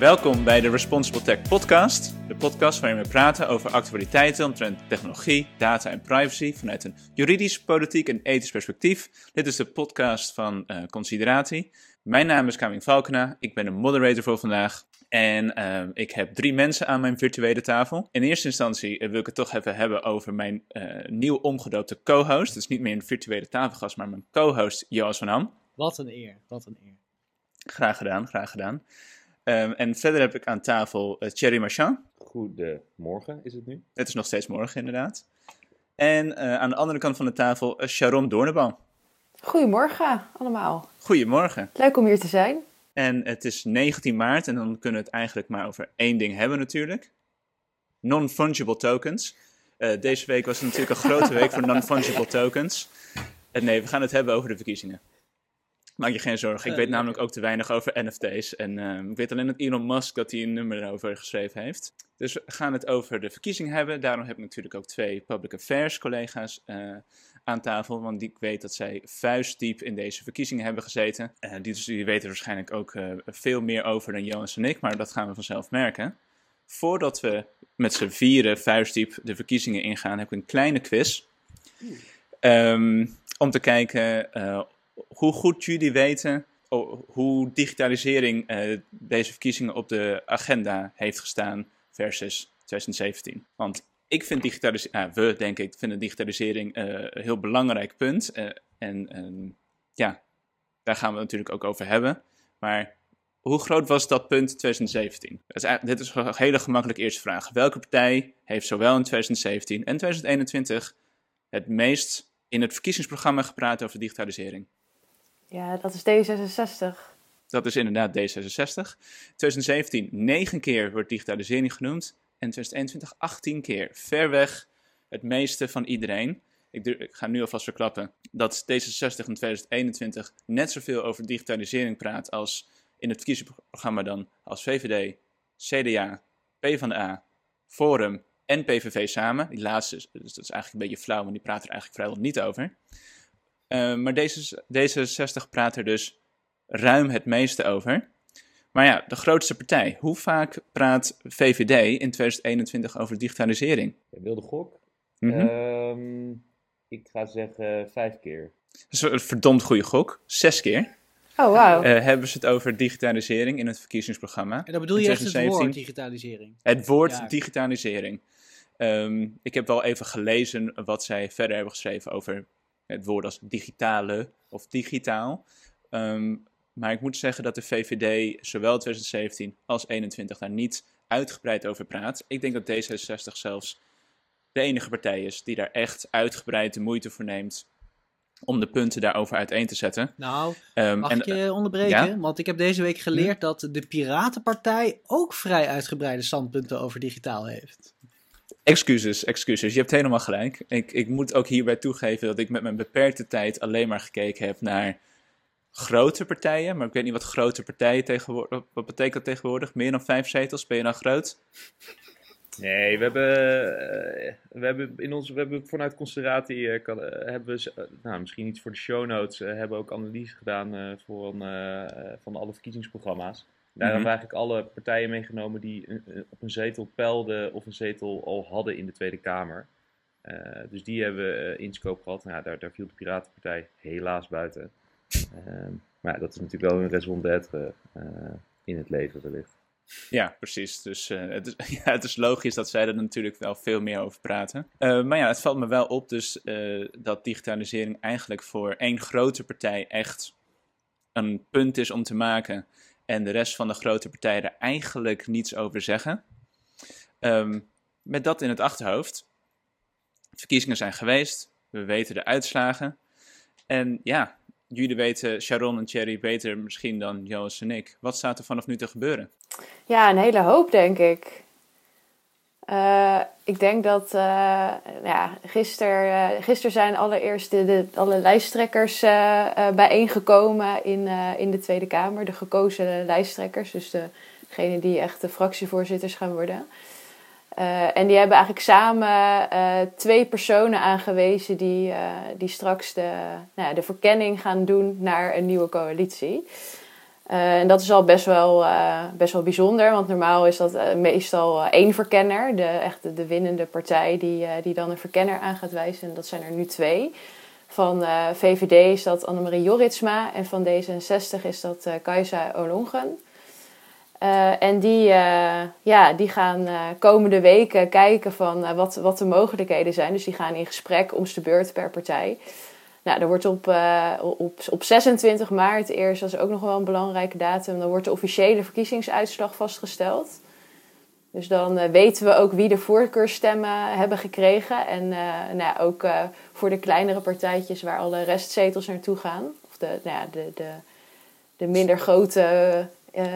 Welkom bij de Responsible Tech Podcast. De podcast waarin we praten over actualiteiten omtrent technologie, data en privacy vanuit een juridisch, politiek en ethisch perspectief. Dit is de podcast van Consideratie. Mijn naam is Kaming Valkena, ik ben de moderator voor vandaag. En ik heb 3 mensen aan mijn virtuele tafel. In eerste instantie wil ik het toch even hebben over mijn nieuw omgedoopte co-host. Dus niet meer een virtuele tafelgast, maar mijn co-host Joas van Ham. Wat een eer, wat een eer. Graag gedaan, graag gedaan. En verder heb ik aan tafel Thierry Marchand. Goedemorgen is het nu. Het is nog steeds morgen inderdaad. En aan de andere kant van de tafel Sharon Doornenbal. Goedemorgen allemaal. Goedemorgen. Leuk om hier te zijn. En het is 19 maart en dan kunnen we het eigenlijk maar over één ding hebben natuurlijk. Non-fungible tokens. Deze week was het natuurlijk een grote week voor non-fungible tokens. Nee, we gaan het hebben over de verkiezingen. Maak je geen zorgen, ik weet namelijk ook te weinig over NFT's. En ik weet alleen dat Elon Musk dat hij een nummer erover geschreven heeft. Dus we gaan het over de verkiezingen hebben. Daarom heb ik natuurlijk ook 2 public affairs collega's aan tafel. Want ik weet dat zij vuistdiep in deze verkiezingen hebben gezeten. Die weten er waarschijnlijk ook veel meer over dan Jonas en ik. Maar dat gaan we vanzelf merken. Voordat we met z'n vieren vuistdiep de verkiezingen ingaan, heb ik een kleine quiz. Om te kijken hoe goed jullie weten hoe digitalisering deze verkiezingen op de agenda heeft gestaan versus 2017. Want ik vind vinden digitalisering een heel belangrijk punt. Daar gaan we het natuurlijk ook over hebben. Maar hoe groot was dat punt in 2017? Dit is een hele gemakkelijke eerste vraag. Welke partij heeft zowel in 2017 en 2021 het meest in het verkiezingsprogramma gepraat over digitalisering? Ja, dat is D66. Dat is inderdaad D66. 2017 9 keer wordt digitalisering genoemd. En 2021 18 keer. Ver weg het meeste van iedereen. Ik ga nu alvast verklappen dat D66 in 2021 net zoveel over digitalisering praat als in het verkiezingsprogramma dan als VVD, CDA, PvdA, Forum en PVV samen. Die laatste dus dat is eigenlijk een beetje flauw, want die praat er eigenlijk vrijwel niet over. Maar D66 praat er dus ruim het meeste over. Maar ja, de grootste partij. Hoe vaak praat VVD in 2021 over digitalisering? Wilde gok? Mm-hmm. Ik ga zeggen 5 keer. Dat is een verdomd goede gok. 6 keer. Oh, wauw. Hebben ze het over digitalisering in het verkiezingsprogramma. En dan bedoel je echt het woord digitalisering? Het woord digitalisering. Ik heb wel even gelezen wat zij verder hebben geschreven over het woord als digitale of digitaal. Maar ik moet zeggen dat de VVD zowel 2017 als 2021 daar niet uitgebreid over praat. Ik denk dat D66 zelfs de enige partij is die daar echt uitgebreid de moeite voor neemt om de punten daarover uiteen te zetten. Nou, mag ik je onderbreken? Ja? Want ik heb deze week geleerd dat de Piratenpartij ook vrij uitgebreide standpunten over digitaal heeft. Excuses. Je hebt helemaal gelijk. Ik moet ook hierbij toegeven dat ik met mijn beperkte tijd alleen maar gekeken heb naar grote partijen. Maar ik weet niet wat grote partijen tegenwoordig... Wat betekent dat tegenwoordig? Meer dan 5 zetels? Ben je dan groot? Nee, we hebben vanuit Consideratie misschien iets voor de show notes, hebben ook analyse gedaan van alle verkiezingsprogramma's. Daar hebben we eigenlijk alle partijen meegenomen die op een zetel peilden of een zetel al hadden in de Tweede Kamer. Dus die hebben we in scope gehad. Nou, daar viel de Piratenpartij helaas buiten. Maar dat is natuurlijk wel een raison d'être in het leven wellicht. Ja, precies. Dus het is logisch dat zij er natuurlijk wel veel meer over praten. Maar ja, het valt me wel op dus dat digitalisering eigenlijk voor één grote partij echt een punt is om te maken. En de rest van de grote partijen er eigenlijk niets over zeggen. Met dat in het achterhoofd. Verkiezingen zijn geweest. We weten de uitslagen. En ja, jullie weten, Sharon en Thierry, beter misschien dan Joas en ik. Wat staat er vanaf nu te gebeuren? Ja, een hele hoop, denk ik. Ik denk dat gisteren zijn allereerst alle lijsttrekkers bijeengekomen in de Tweede Kamer. De gekozen lijsttrekkers, dus degene die echt de fractievoorzitters gaan worden. En die hebben eigenlijk samen 2 personen aangewezen die straks de verkenning gaan doen naar een nieuwe coalitie. En dat is al best wel bijzonder, want normaal is dat meestal 1 verkenner. De winnende partij die dan een verkenner aan gaat wijzen. En dat zijn er nu 2. Van VVD is dat Annemarie Jorritsma en van D66 is dat Kajsa Ollongren. En die gaan komende weken kijken van wat de mogelijkheden zijn. Dus die gaan in gesprek om de beurt per partij. Nou, er wordt op 26 maart eerst, dat is ook nog wel een belangrijke datum, dan wordt de officiële verkiezingsuitslag vastgesteld. Dus dan weten we ook wie de voorkeurstemmen hebben gekregen. En ook voor de kleinere partijtjes waar alle restzetels naartoe gaan. Of de minder grote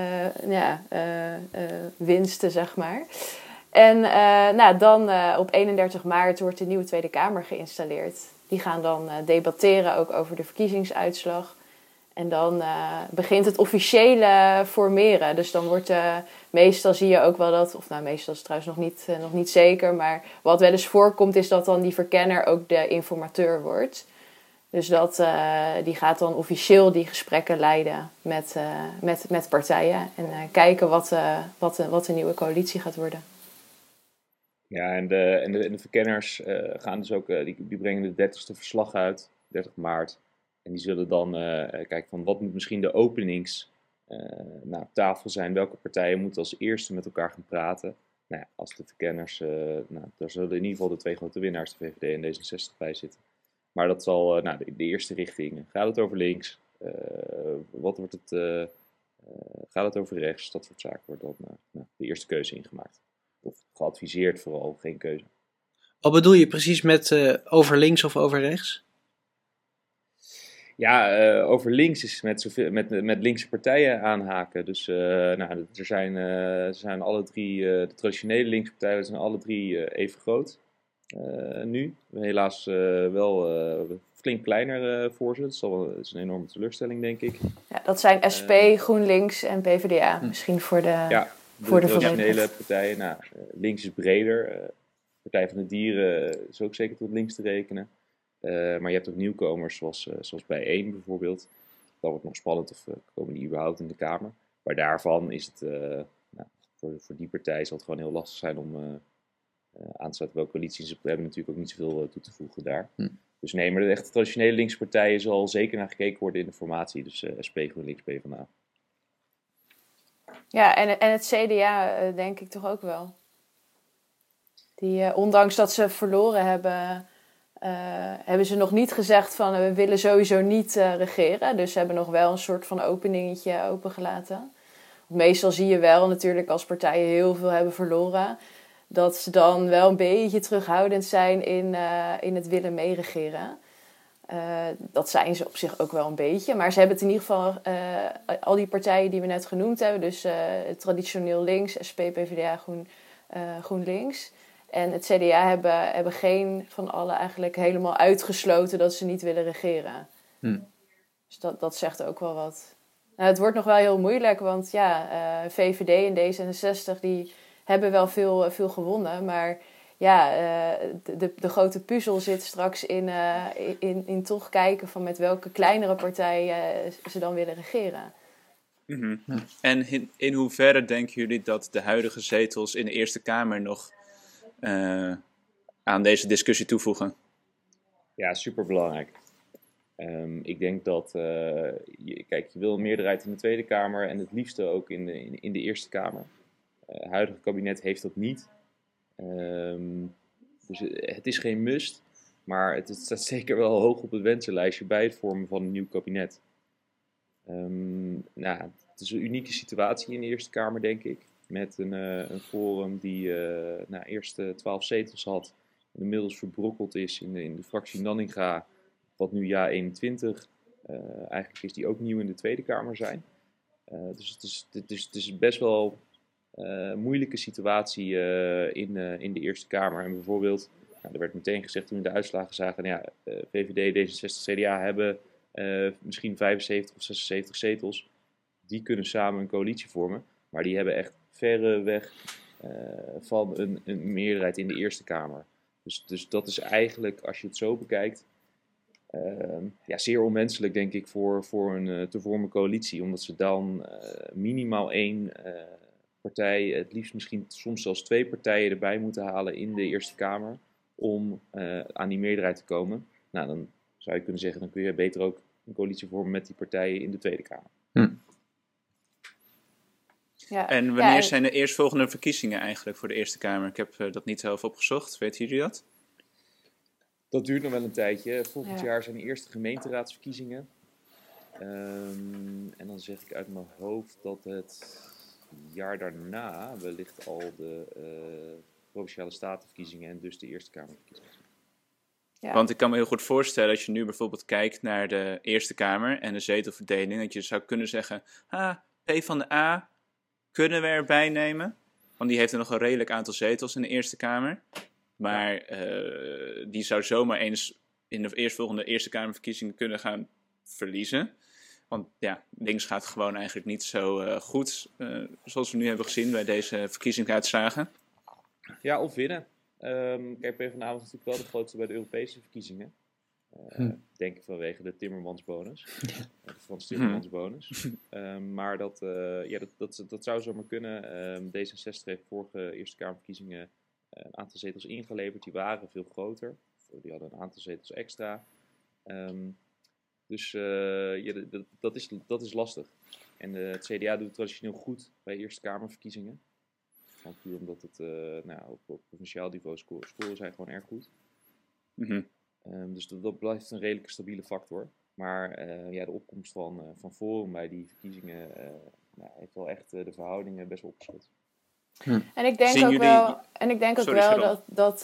winsten, zeg maar. En dan op 31 maart wordt de nieuwe Tweede Kamer geïnstalleerd. Die gaan dan debatteren ook over de verkiezingsuitslag. En dan begint het officiële formeren. Dus dan wordt meestal zie je ook wel dat, meestal is het trouwens nog niet zeker, maar wat wel eens voorkomt is dat dan die verkenner ook de informateur wordt. Dus die gaat dan officieel die gesprekken leiden met partijen en kijken wat de nieuwe coalitie gaat worden. Ja, en de verkenners gaan dus ook, die brengen de 30ste verslag uit, 30 maart. En die zullen dan kijken van wat moet misschien de openingstafel zijn. Welke partijen moeten als eerste met elkaar gaan praten. Nou ja, als de verkenners, daar zullen in ieder geval de 2 grote winnaars, de VVD en D66, bij zitten. Maar dat zal de eerste richting. Gaat het over links? Wat wordt het? Gaat het over rechts? Dat soort zaken wordt dan de eerste keuze ingemaakt. Of geadviseerd vooral, geen keuze. Wat bedoel je precies met over links of over rechts? Ja, over links is met linkse partijen aanhaken. Dus er zijn alle 3, de traditionele linkse partijen zijn alle 3 even groot. Nu, helaas wel flink kleiner voor ze. Dat is een enorme teleurstelling, denk ik. Ja, dat zijn SP, GroenLinks en PvdA. Misschien voor de traditionele partijen. Links is breder. Partij van de Dieren is ook zeker tot links te rekenen. Maar je hebt ook nieuwkomers zoals Bijeen bijvoorbeeld. Dan wordt het nog spannend of komen die überhaupt in de Kamer. Maar daarvan is het voor die partij zal het gewoon heel lastig zijn om aan te sluiten bij coalities. Ze hebben natuurlijk ook niet zoveel toe te voegen daar. Dus nee, maar de echte traditionele linkse partijen zal zeker naar gekeken worden in de formatie. Dus SP, GroenLinks, PvdA. Ja, en het CDA denk ik toch ook wel. Die, ondanks dat ze verloren hebben ze nog niet gezegd van we willen sowieso niet regeren. Dus ze hebben nog wel een soort van openingetje opengelaten. Meestal zie je wel natuurlijk als partijen heel veel hebben verloren, dat ze dan wel een beetje terughoudend zijn in het willen meeregeren. Dat zijn ze op zich ook wel een beetje. Maar ze hebben het in ieder geval, al die partijen die we net genoemd hebben, dus traditioneel links, SP, PvdA, GroenLinks. En het CDA hebben geen van allen eigenlijk helemaal uitgesloten dat ze niet willen regeren. Dus dat zegt ook wel wat. Nou, het wordt nog wel heel moeilijk, want VVD en D66 die hebben wel veel gewonnen. Maar de grote puzzel zit straks in toch kijken van met welke kleinere partijen ze dan willen regeren. Mm-hmm. En in hoeverre denken jullie dat de huidige zetels in de Eerste Kamer nog aan deze discussie toevoegen? Ja, superbelangrijk. Ik denk dat je wil een meerderheid in de Tweede Kamer en het liefste ook in de Eerste Kamer. Het huidige kabinet heeft dat niet. Dus het is geen must, maar het staat zeker wel hoog op het wensenlijstje bij het vormen van een nieuw kabinet. Het is een unieke situatie in de Eerste Kamer, denk ik. Met een forum die eerst 12 zetels had. En inmiddels verbrokkeld is in de fractie Nanninga, wat nu JA21. Eigenlijk is die ook nieuw in de Tweede Kamer zijn. Dus het is best wel een moeilijke situatie in de Eerste Kamer. En bijvoorbeeld, er werd meteen gezegd toen we de uitslagen zagen, VVD, D66, CDA hebben misschien 75 of 76 zetels. Die kunnen samen een coalitie vormen. Maar die hebben echt verre weg van een meerderheid in de Eerste Kamer. Dus dat is eigenlijk, als je het zo bekijkt, zeer onwenselijk, denk ik, voor een te vormen coalitie. Omdat ze dan minimaal 1 partij, het liefst misschien soms zelfs 2 partijen erbij moeten halen in de Eerste Kamer om aan die meerderheid te komen. Nou, dan zou je kunnen zeggen, dan kun je beter ook een coalitie vormen met die partijen in de Tweede Kamer. Ja. En wanneer zijn de eerstvolgende verkiezingen eigenlijk voor de Eerste Kamer? Ik heb dat niet zelf opgezocht. Weten jullie dat? Dat duurt nog wel een tijdje. Volgend jaar zijn de eerste gemeenteraadsverkiezingen. En dan zeg ik uit mijn hoofd dat het jaar daarna wellicht al de Provinciale Statenverkiezingen en dus de Eerste Kamerverkiezingen zijn. Ja. Want ik kan me heel goed voorstellen, als je nu bijvoorbeeld kijkt naar de Eerste Kamer en de zetelverdeling, dat je zou kunnen zeggen, PvdA kunnen we erbij nemen. Want die heeft er nog een redelijk aantal zetels in de Eerste Kamer. Maar die zou zomaar eens in de eerstvolgende Eerste Kamerverkiezingen kunnen gaan verliezen. Want ja, links gaat gewoon eigenlijk niet zo goed, zoals we nu hebben gezien bij deze verkiezingsuitslagen. Ja, of winnen. Kijk, PvdA was natuurlijk wel de grootste bij de Europese verkiezingen. Denk ik vanwege de Timmermansbonus. De Frans Timmermansbonus. Maar dat zou zomaar kunnen. D66 heeft vorige Eerste Kamerverkiezingen een aantal zetels ingeleverd. Die waren veel groter. Die hadden een aantal zetels extra. Dat is lastig. En het CDA doet het traditioneel goed bij Eerste Kamerverkiezingen. Gewoon puur omdat het op provinciaal niveau scoren zijn gewoon erg goed. Dus dat blijft een redelijk stabiele factor. Maar de opkomst van Forum bij die verkiezingen heeft wel echt de verhoudingen best wel opgeschud. En ik denk ook wel dat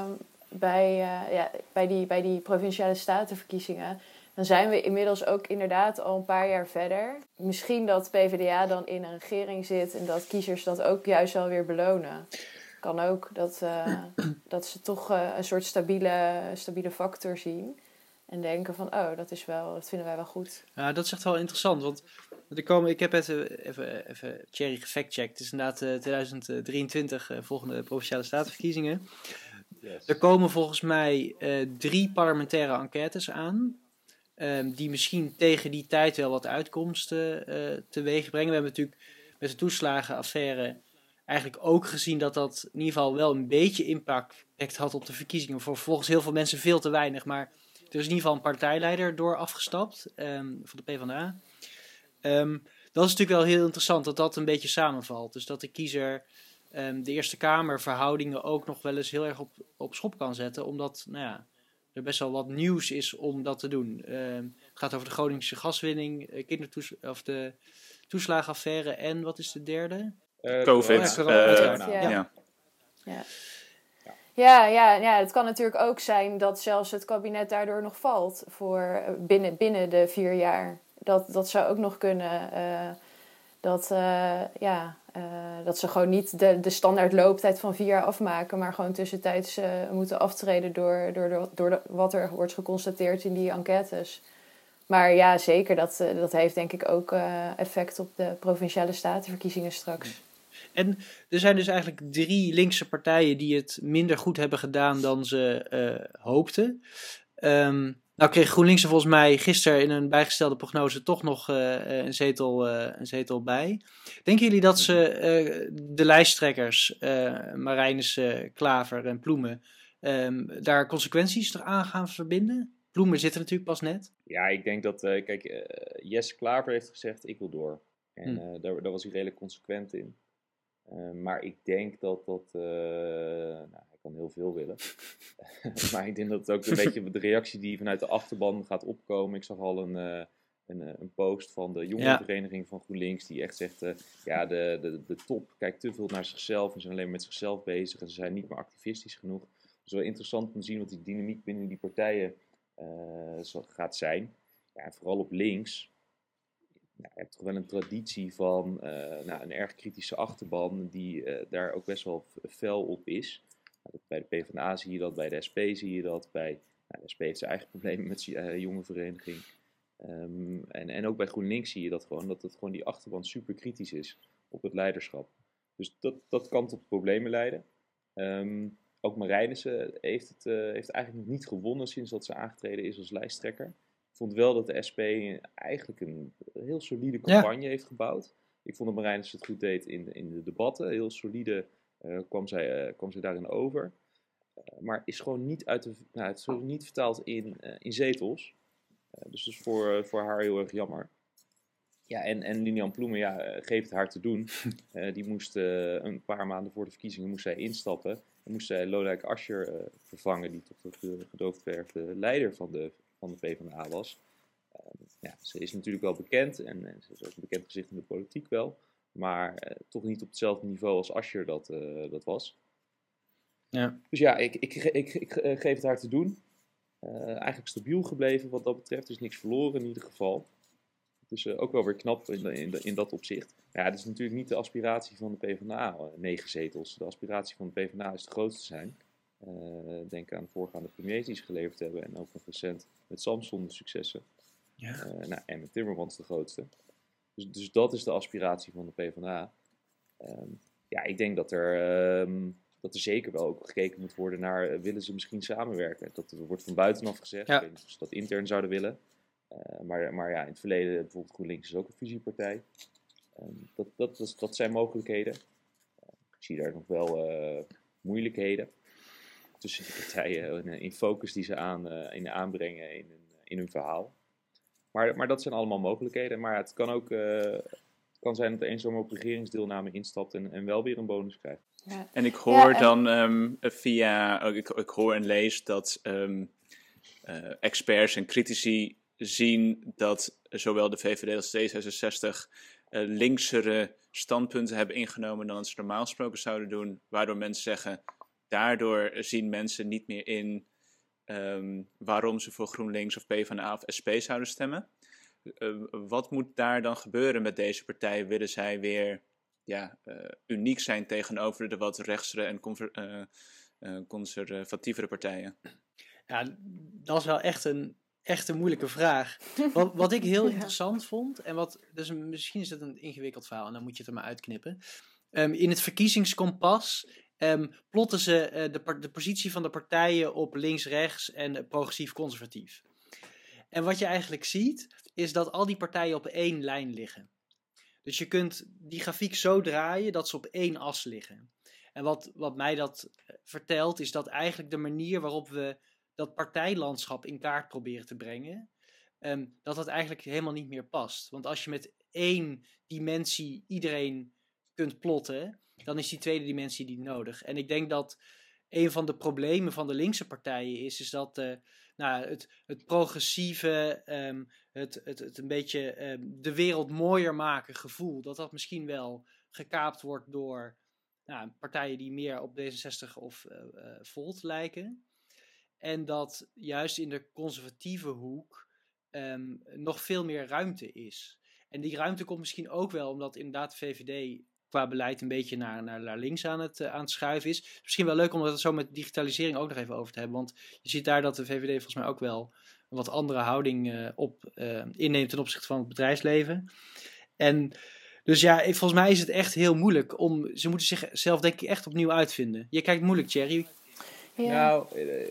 bij die provinciale statenverkiezingen, dan zijn we inmiddels ook inderdaad al een paar jaar verder. Misschien dat PvdA dan in een regering zit en dat kiezers dat ook juist wel weer belonen. Kan ook dat ze toch een soort stabiele factor zien. En denken van, dat vinden wij wel goed. Ja, dat is echt wel interessant. Want ik heb het even Thierry gefactcheckt. Het is inderdaad 2023 volgende Provinciale Statenverkiezingen. Yes. Er komen volgens mij 3 parlementaire enquêtes aan. Die misschien tegen die tijd wel wat uitkomsten teweeg brengen. We hebben natuurlijk met de toeslagenaffaire eigenlijk ook gezien dat in ieder geval wel een beetje impact had op de verkiezingen. Voor volgens heel veel mensen veel te weinig. Maar er is in ieder geval een partijleider door afgestapt van de PvdA. Dat is natuurlijk wel heel interessant dat een beetje samenvalt. Dus dat de kiezer de Eerste Kamerverhoudingen ook nog wel eens heel erg op schop kan zetten. Omdat er best wel wat nieuws is om dat te doen. Het gaat over de Groningse gaswinning, of de toeslagenaffaire en wat is de derde? COVID. Ja, het kan natuurlijk ook zijn dat zelfs het kabinet daardoor nog valt voor binnen de 4 jaar. Dat zou ook nog kunnen. Dat ze gewoon niet de standaard looptijd van 4 jaar afmaken, maar gewoon tussentijds moeten aftreden door wat er wordt geconstateerd in die enquêtes. Maar ja, zeker, dat heeft denk ik ook effect op de provinciale statenverkiezingen straks. En er zijn dus eigenlijk 3 linkse partijen die het minder goed hebben gedaan dan ze hoopten. Nou kreeg GroenLinks er volgens mij gisteren in een bijgestelde prognose toch nog een zetel bij. Denken jullie dat ze de lijsttrekkers, Marijnissen, Klaver en Ploemen, daar consequenties aan gaan verbinden? Ploemen zit er natuurlijk pas net. Ja, ik denk dat, Jesse Klaver heeft gezegd, ik wil door. En daar was hij redelijk consequent in. Maar ik denk dat hij kan heel veel willen. Maar ik denk dat het ook een beetje de reactie die vanuit de achterban gaat opkomen. Ik zag al een post van de jongerenvereniging van GroenLinks die echt zegt, de top kijkt te veel naar zichzelf en zijn alleen maar met zichzelf bezig en ze zijn niet meer activistisch genoeg. Dus wel interessant om te zien wat die dynamiek binnen die partijen gaat zijn. Ja, en vooral op links. Je hebt toch wel een traditie van een erg kritische achterban die daar ook best wel fel op is. Bij de PvdA zie je dat, bij de SP zie je dat, bij de SP heeft zijn eigen problemen met de jonge vereniging. En ook bij GroenLinks zie je dat het gewoon die achterban super kritisch is op het leiderschap. Dus dat kan tot problemen leiden. Ook Marijnissen heeft eigenlijk nog niet gewonnen sinds dat ze aangetreden is als lijsttrekker. Ik vond wel dat de SP eigenlijk een heel solide campagne heeft gebouwd. Ik vond dat Marijnissen het goed deed in de debatten. Heel solide kwam zij daarin over. Maar is gewoon niet het is niet vertaald in zetels. Dus dat is voor haar heel erg jammer. Ja, en Lilian Ploemen, geeft het haar te doen. Die moest een paar maanden voor de verkiezingen moest zij instappen. En moest zij Lodewijk Asscher vervangen, die toch de gedoofdverfde leider van de PvdA was. Ze is natuurlijk wel bekend en ze is ook een bekend gezicht in de politiek wel. Maar toch niet op hetzelfde niveau als Asscher dat was. Ja. Dus ja, ik geef het haar te doen. Eigenlijk stabiel gebleven wat dat betreft. Dus niks verloren in ieder geval. Dus ook wel weer knap in dat opzicht. Ja, dat is natuurlijk niet de aspiratie van de PvdA, 9 zetels. De aspiratie van de PvdA is de grootste zijn. Denk aan de voorgaande premiers die ze geleverd hebben. En ook nog recent met Samson de successen. Ja. En met Timmermans de grootste. Dus dat is de aspiratie van de PvdA. Ik denk dat er zeker wel ook gekeken moet worden naar, willen ze misschien samenwerken? Dat wordt van buitenaf gezegd. Ja. Ik weet niet of ze dat intern zouden willen. Maar in het verleden, bijvoorbeeld GroenLinks is ook een fusiepartij. Dat zijn mogelijkheden. Ik zie daar nog wel moeilijkheden tussen de partijen in focus die ze aanbrengen in hun verhaal. Maar dat zijn allemaal mogelijkheden. Maar het kan ook kan zijn dat er een zomaar op regeringsdeelname instapt en wel weer een bonus krijgt. Ja. En ik hoor ik hoor en lees dat experts en critici zien dat zowel de VVD als D66 linksere standpunten hebben ingenomen dan ze normaal gesproken zouden doen. Waardoor mensen zeggen, daardoor zien mensen niet meer in waarom ze voor GroenLinks of PvdA of SP zouden stemmen. Wat moet daar dan gebeuren met deze partijen? Willen zij weer uniek zijn tegenover de wat rechtsere en conservatievere partijen? Ja, dat is wel echt een moeilijke vraag. Wat ik heel interessant vond, en misschien is het een ingewikkeld verhaal en dan moet je het er maar uitknippen. In het verkiezingskompas plotten ze de positie van de partijen op links-rechts en progressief-conservatief. En wat je eigenlijk ziet, is dat al die partijen op één lijn liggen. Dus je kunt die grafiek zo draaien dat ze op één as liggen. En wat mij dat vertelt, is dat eigenlijk de manier waarop we dat partijlandschap in kaart proberen te brengen, dat eigenlijk helemaal niet meer past. Want als je met één dimensie iedereen kunt plotten, dan is die tweede dimensie niet nodig. En ik denk dat een van de problemen van de linkse partijen is dat het progressieve, het een beetje de wereld mooier maken gevoel, dat misschien wel gekaapt wordt door partijen die meer op D66 of Volt lijken. En dat juist in de conservatieve hoek nog veel meer ruimte is. En die ruimte komt misschien ook wel omdat inderdaad de VVD qua beleid een beetje naar links aan het schuiven is. Misschien wel leuk om het zo met digitalisering ook nog even over te hebben. Want je ziet daar dat de VVD volgens mij ook wel een wat andere houding inneemt ten opzichte van het bedrijfsleven. En dus volgens mij is het echt heel moeilijk. Ze moeten zichzelf denk ik echt opnieuw uitvinden. Je kijkt moeilijk, Thierry. Ja. Nou,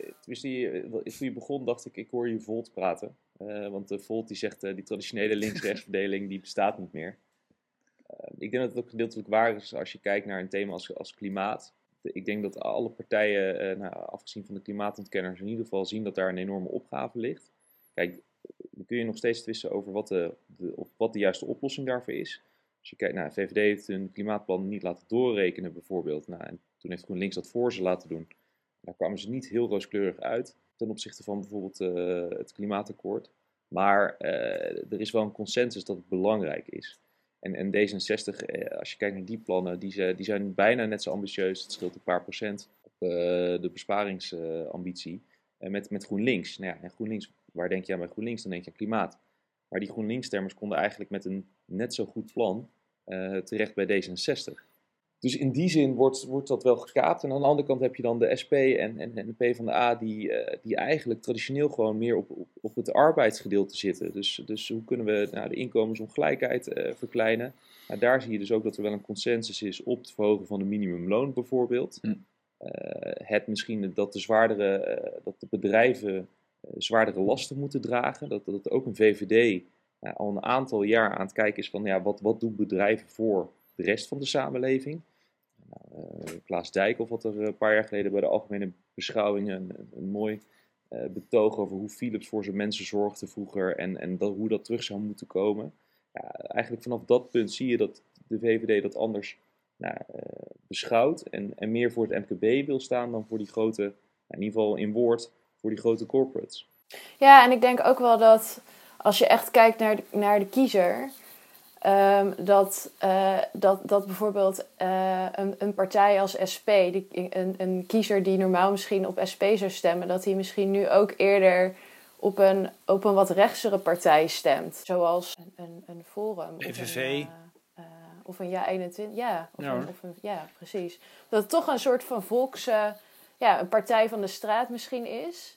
toen je begon dacht ik hoor je Volt praten. Want de Volt die zegt die traditionele links-rechtsverdeling die bestaat niet meer. Ik denk dat het ook gedeeltelijk waar is als je kijkt naar een thema als klimaat. Ik denk dat alle partijen, afgezien van de klimaatontkenners, in ieder geval zien dat daar een enorme opgave ligt. Kijk, dan kun je nog steeds twisten over wat de juiste oplossing daarvoor is. Als je kijkt, VVD heeft hun klimaatplan niet laten doorrekenen bijvoorbeeld. En toen heeft GroenLinks dat voor ze laten doen. Daar kwamen ze niet heel rooskleurig uit ten opzichte van bijvoorbeeld het klimaatakkoord. Maar er is wel een consensus dat het belangrijk is. En D66, als je kijkt naar die plannen, die zijn bijna net zo ambitieus. Het scheelt een paar procent op de besparingsambitie met GroenLinks. En GroenLinks, waar denk je aan bij GroenLinks? Dan denk je aan klimaat. Maar die GroenLinks-stemmers konden eigenlijk met een net zo goed plan terecht bij D66. Dus in die zin wordt dat wel gekaapt. En aan de andere kant heb je dan de SP en de PvdA die eigenlijk traditioneel gewoon meer op het arbeidsgedeelte zitten. Dus hoe kunnen we de inkomensongelijkheid verkleinen? Daar zie je dus ook dat er wel een consensus is op het verhogen van de minimumloon bijvoorbeeld. het misschien dat dat de bedrijven zwaardere lasten moeten dragen. Dat ook een VVD al een aantal jaar aan het kijken is van wat doen bedrijven voor de rest van de samenleving. Klaas Dijkhoff had er een paar jaar geleden bij de Algemene Beschouwingen een mooi betoog over hoe Philips voor zijn mensen zorgde vroeger en hoe dat terug zou moeten komen. Eigenlijk vanaf dat punt zie je dat de VVD dat anders beschouwt en meer voor het MKB wil staan dan voor die grote, in ieder geval in woord, voor die grote corporates. Ja, en ik denk ook wel dat als je echt kijkt naar de kiezer, dat bijvoorbeeld een partij als SP, een kiezer die normaal misschien op SP zou stemmen, dat hij misschien nu ook eerder op een wat rechtsere partij stemt. Zoals een Forum. PVV. Of een Ja21. Ja, Ja, precies. Dat het toch een soort van een partij van de straat misschien is.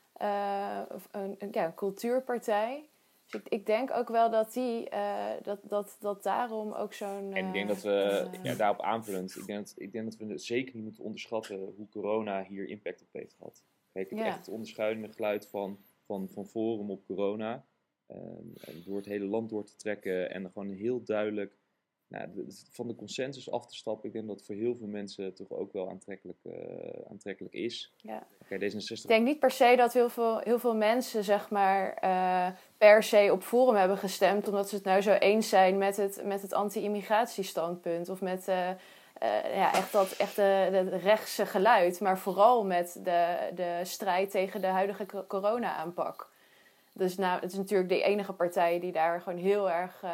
Een cultuurpartij. Dus ik denk ook wel dat dat daarom ook zo'n... En ik denk dat we daarop aanvullend, ik denk dat we zeker niet moeten onderschatten hoe corona hier impact op heeft gehad. Kijk, echt het onderschuivende geluid van Forum op corona. Door het hele land door te trekken en gewoon heel duidelijk van de consensus af te stappen. Ik denk dat het voor heel veel mensen toch ook wel aantrekkelijk is. Ja. Okay, D66... Ik denk niet per se dat heel veel mensen zeg maar per se op Forum hebben gestemd omdat ze het nou zo eens zijn met het anti-immigratiestandpunt of met echt dat rechtse geluid, maar vooral met de strijd tegen de huidige corona-aanpak. Dus het is natuurlijk de enige partij die daar gewoon heel erg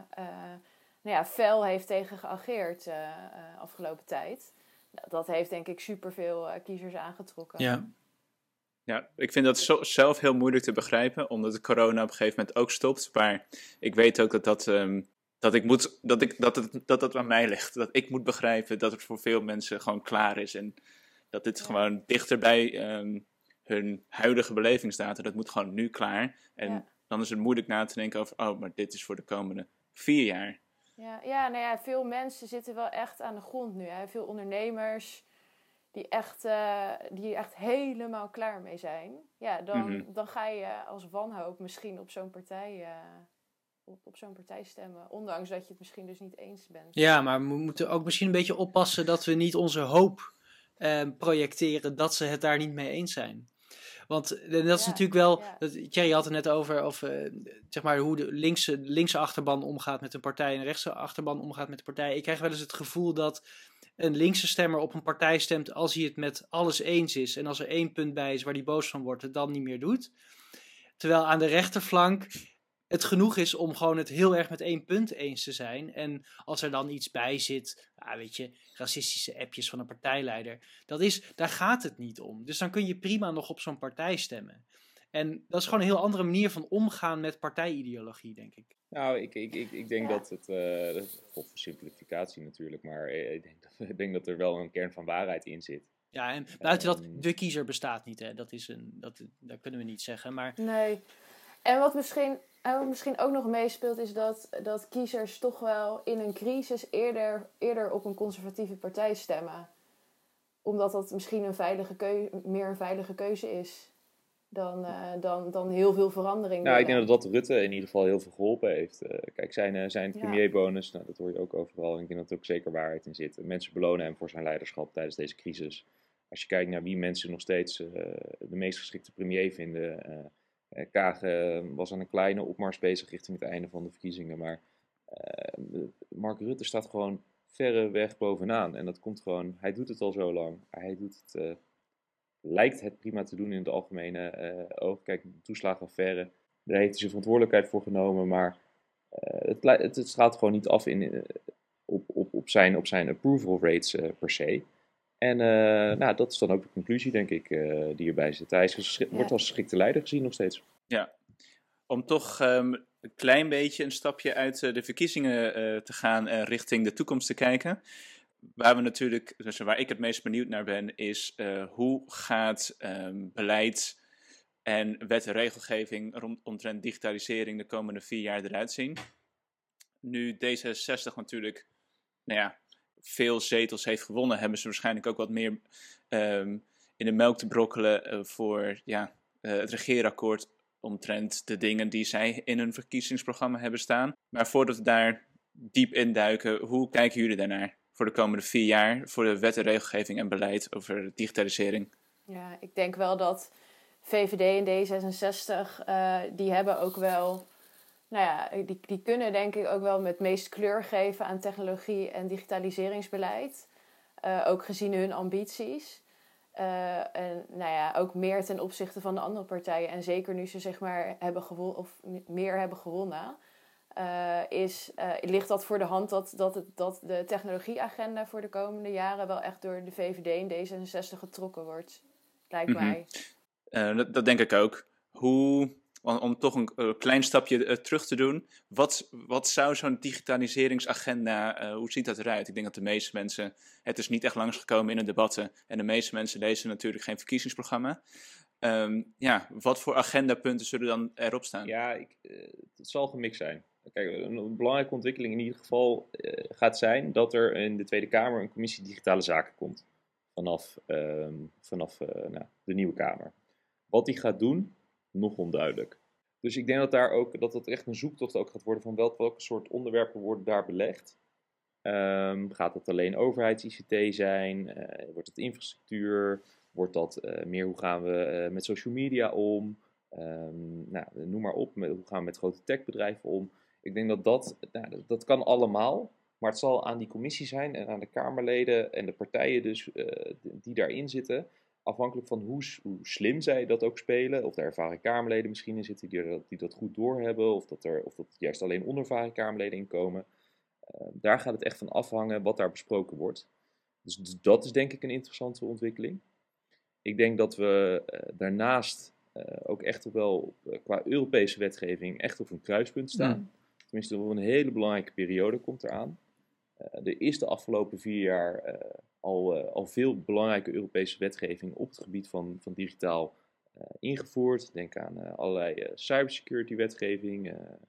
fel heeft tegen geageerd afgelopen tijd. Dat heeft denk ik superveel kiezers aangetrokken. Ja. Ja, ik vind dat zelf heel moeilijk te begrijpen, omdat de corona op een gegeven moment ook stopt. Maar ik weet ook dat aan mij ligt. Dat ik moet begrijpen dat het voor veel mensen gewoon klaar is. En dat dit gewoon dichter bij hun huidige beleving staat. En dat moet gewoon nu klaar. En dan is het moeilijk na te denken over, maar dit is voor de komende 4 jaar. Ja, veel mensen zitten wel echt aan de grond nu. Hè. Veel ondernemers die echt helemaal klaar mee zijn. Ja, dan ga je als wanhoop misschien op zo'n partij stemmen. Ondanks dat je het misschien dus niet eens bent. Ja, maar we moeten ook misschien een beetje oppassen dat we niet onze hoop projecteren dat ze het daar niet mee eens zijn. Want dat is natuurlijk wel... Thierry had het net over zeg maar hoe de linkse achterban omgaat met een partij en de rechtse achterban omgaat met de partij. Ik krijg wel eens het gevoel dat een linkse stemmer op een partij stemt als hij het met alles eens is. En als er 1 punt bij is waar hij boos van wordt, het dan niet meer doet. Terwijl aan de rechterflank het genoeg is om gewoon het heel erg met 1 punt eens te zijn. En als er dan iets bij zit, racistische appjes van een partijleider. Daar gaat het niet om. Dus dan kun je prima nog op zo'n partij stemmen. En dat is gewoon een heel andere manier van omgaan met partijideologie, denk ik. Nou, ik denk dat het... voor simplificatie natuurlijk, maar ik denk dat er wel een kern van waarheid in zit. Ja, en buiten dat, de kiezer bestaat niet, hè. Dat kunnen we niet zeggen, maar... Nee. En wat misschien ook nog meespeelt is dat kiezers toch wel in een crisis eerder op een conservatieve partij stemmen. Omdat dat misschien meer een veilige keuze is dan heel veel verandering. Nou, ik denk dat Rutte in ieder geval heel veel geholpen heeft. Kijk, zijn premierbonus, dat hoor je ook overal. En ik denk dat er ook zeker waarheid in zit. Mensen belonen hem voor zijn leiderschap tijdens deze crisis. Als je kijkt naar wie mensen nog steeds de meest geschikte premier vinden... Kaag was aan een kleine opmars bezig richting het einde van de verkiezingen. Maar Mark Rutte staat gewoon verreweg bovenaan. En dat komt gewoon, hij doet het al zo lang. Hij lijkt het prima te doen in het algemene oog. Kijk, de toeslagenaffaire, daar heeft hij zijn verantwoordelijkheid voor genomen. Maar het straalt gewoon niet af op zijn approval rates per se. En dat is dan ook de conclusie, denk ik, die erbij zit. Hij wordt als geschikte leider gezien nog steeds. Ja, om toch een klein beetje een stapje uit de verkiezingen te gaan en richting de toekomst te kijken. Waar ik het meest benieuwd naar ben, is hoe gaat beleid en wet en regelgeving omtrent digitalisering de komende 4 jaar eruit zien. Nu D66 natuurlijk, veel zetels heeft gewonnen, hebben ze waarschijnlijk ook wat meer in de melk te brokkelen voor het regeerakkoord omtrent de dingen die zij in hun verkiezingsprogramma hebben staan. Maar voordat we daar diep induiken, hoe kijken jullie daarnaar voor de komende 4 jaar voor de wet en regelgeving en beleid over digitalisering? Ja, ik denk wel dat VVD en D66, die hebben ook wel, die kunnen denk ik ook wel met meest kleur geven aan technologie en digitaliseringsbeleid. Ook gezien hun ambities. En ook meer ten opzichte van de andere partijen. En zeker nu ze zeg maar meer hebben gewonnen, ligt dat voor de hand dat de technologieagenda voor de komende jaren wel echt door de VVD en D66 getrokken wordt. Lijkt mij. Dat denk ik ook. Om toch een klein stapje terug te doen. Wat zou zo'n digitaliseringsagenda, hoe ziet dat eruit? Ik denk dat de meeste mensen, het is niet echt langsgekomen in de debatten. En de meeste mensen lezen natuurlijk geen verkiezingsprogramma. Wat voor agendapunten zullen dan erop staan? Ja, het zal gemixt zijn. Kijk, een belangrijke ontwikkeling in ieder geval gaat zijn dat er in de Tweede Kamer een commissie digitale zaken komt. Vanaf de nieuwe Kamer. Wat die gaat doen, nog onduidelijk. Dus ik denk dat dat echt een zoektocht ook gaat worden van welke soort onderwerpen worden daar belegd. Gaat het alleen overheids-ICT zijn? Wordt het infrastructuur? Wordt dat meer hoe gaan we met social media om? Noem maar op. Hoe gaan we met grote techbedrijven om? Ik denk dat kan allemaal. Maar het zal aan die commissie zijn en aan de Kamerleden en de partijen dus die daarin zitten. Afhankelijk van hoe slim zij dat ook spelen. Of er ervaren Kamerleden misschien in zitten die dat goed doorhebben. Of dat juist alleen onervaren Kamerleden in komen. Daar gaat het echt van afhangen wat daar besproken wordt. Dus dat is denk ik een interessante ontwikkeling. Ik denk dat we daarnaast ook echt wel qua Europese wetgeving echt op een kruispunt staan. Tenminste, een hele belangrijke periode komt eraan. Er is de afgelopen 4 jaar al veel belangrijke Europese wetgeving op het gebied van digitaal ingevoerd. Denk aan allerlei cybersecurity wetgeving.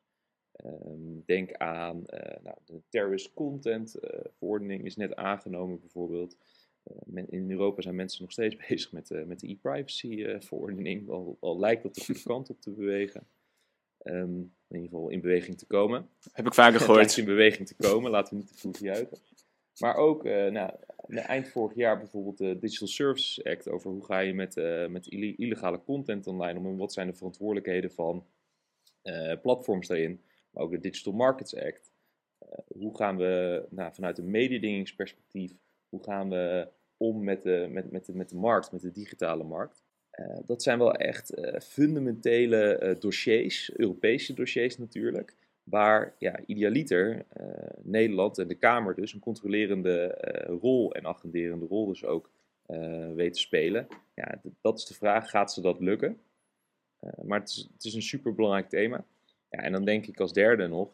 Denk aan de Terrorist Content verordening is net aangenomen bijvoorbeeld. In Europa zijn mensen nog steeds bezig met de e-privacy verordening. Al lijkt dat de goede kant op te bewegen. In ieder geval in beweging te komen. Heb ik vaker gehoord. Het lijkt in beweging te komen, laten we niet te vroeg juichen. Maar ook eind vorig jaar bijvoorbeeld de Digital Services Act over hoe ga je met illegale content online om en wat zijn de verantwoordelijkheden van platforms daarin. Maar ook de Digital Markets Act. Hoe gaan we vanuit een mededingingsperspectief, hoe gaan we om met de markt, met de digitale markt. Dat zijn wel echt fundamentele dossiers, Europese dossiers natuurlijk, waar idealiter Nederland en de Kamer dus een controlerende rol en agenderende rol dus ook weet te spelen. Ja, dat is de vraag, gaat ze dat lukken? Maar het is een superbelangrijk thema. Ja, en dan denk ik als derde nog,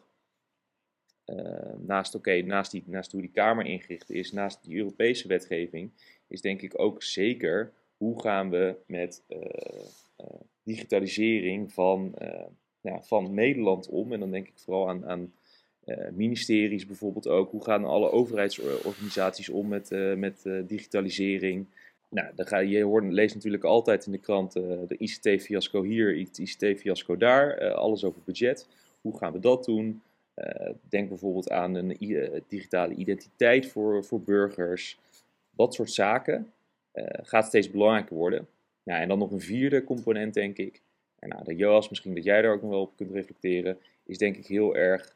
naast hoe die Kamer ingericht is, naast die Europese wetgeving, is denk ik ook zeker hoe gaan we met digitalisering van Nederland om. En dan denk ik vooral aan ministeries bijvoorbeeld ook. Hoe gaan alle overheidsorganisaties om met digitalisering? Je leest natuurlijk altijd in de krant de ICT-fiasco hier, ICT-fiasco daar. Alles over budget. Hoe gaan we dat doen? Denk bijvoorbeeld aan een digitale identiteit voor burgers. Dat soort zaken gaat steeds belangrijker worden. Ja, en dan nog een vierde component, denk ik. En Joas, misschien dat jij daar ook nog wel op kunt reflecteren, is denk ik heel erg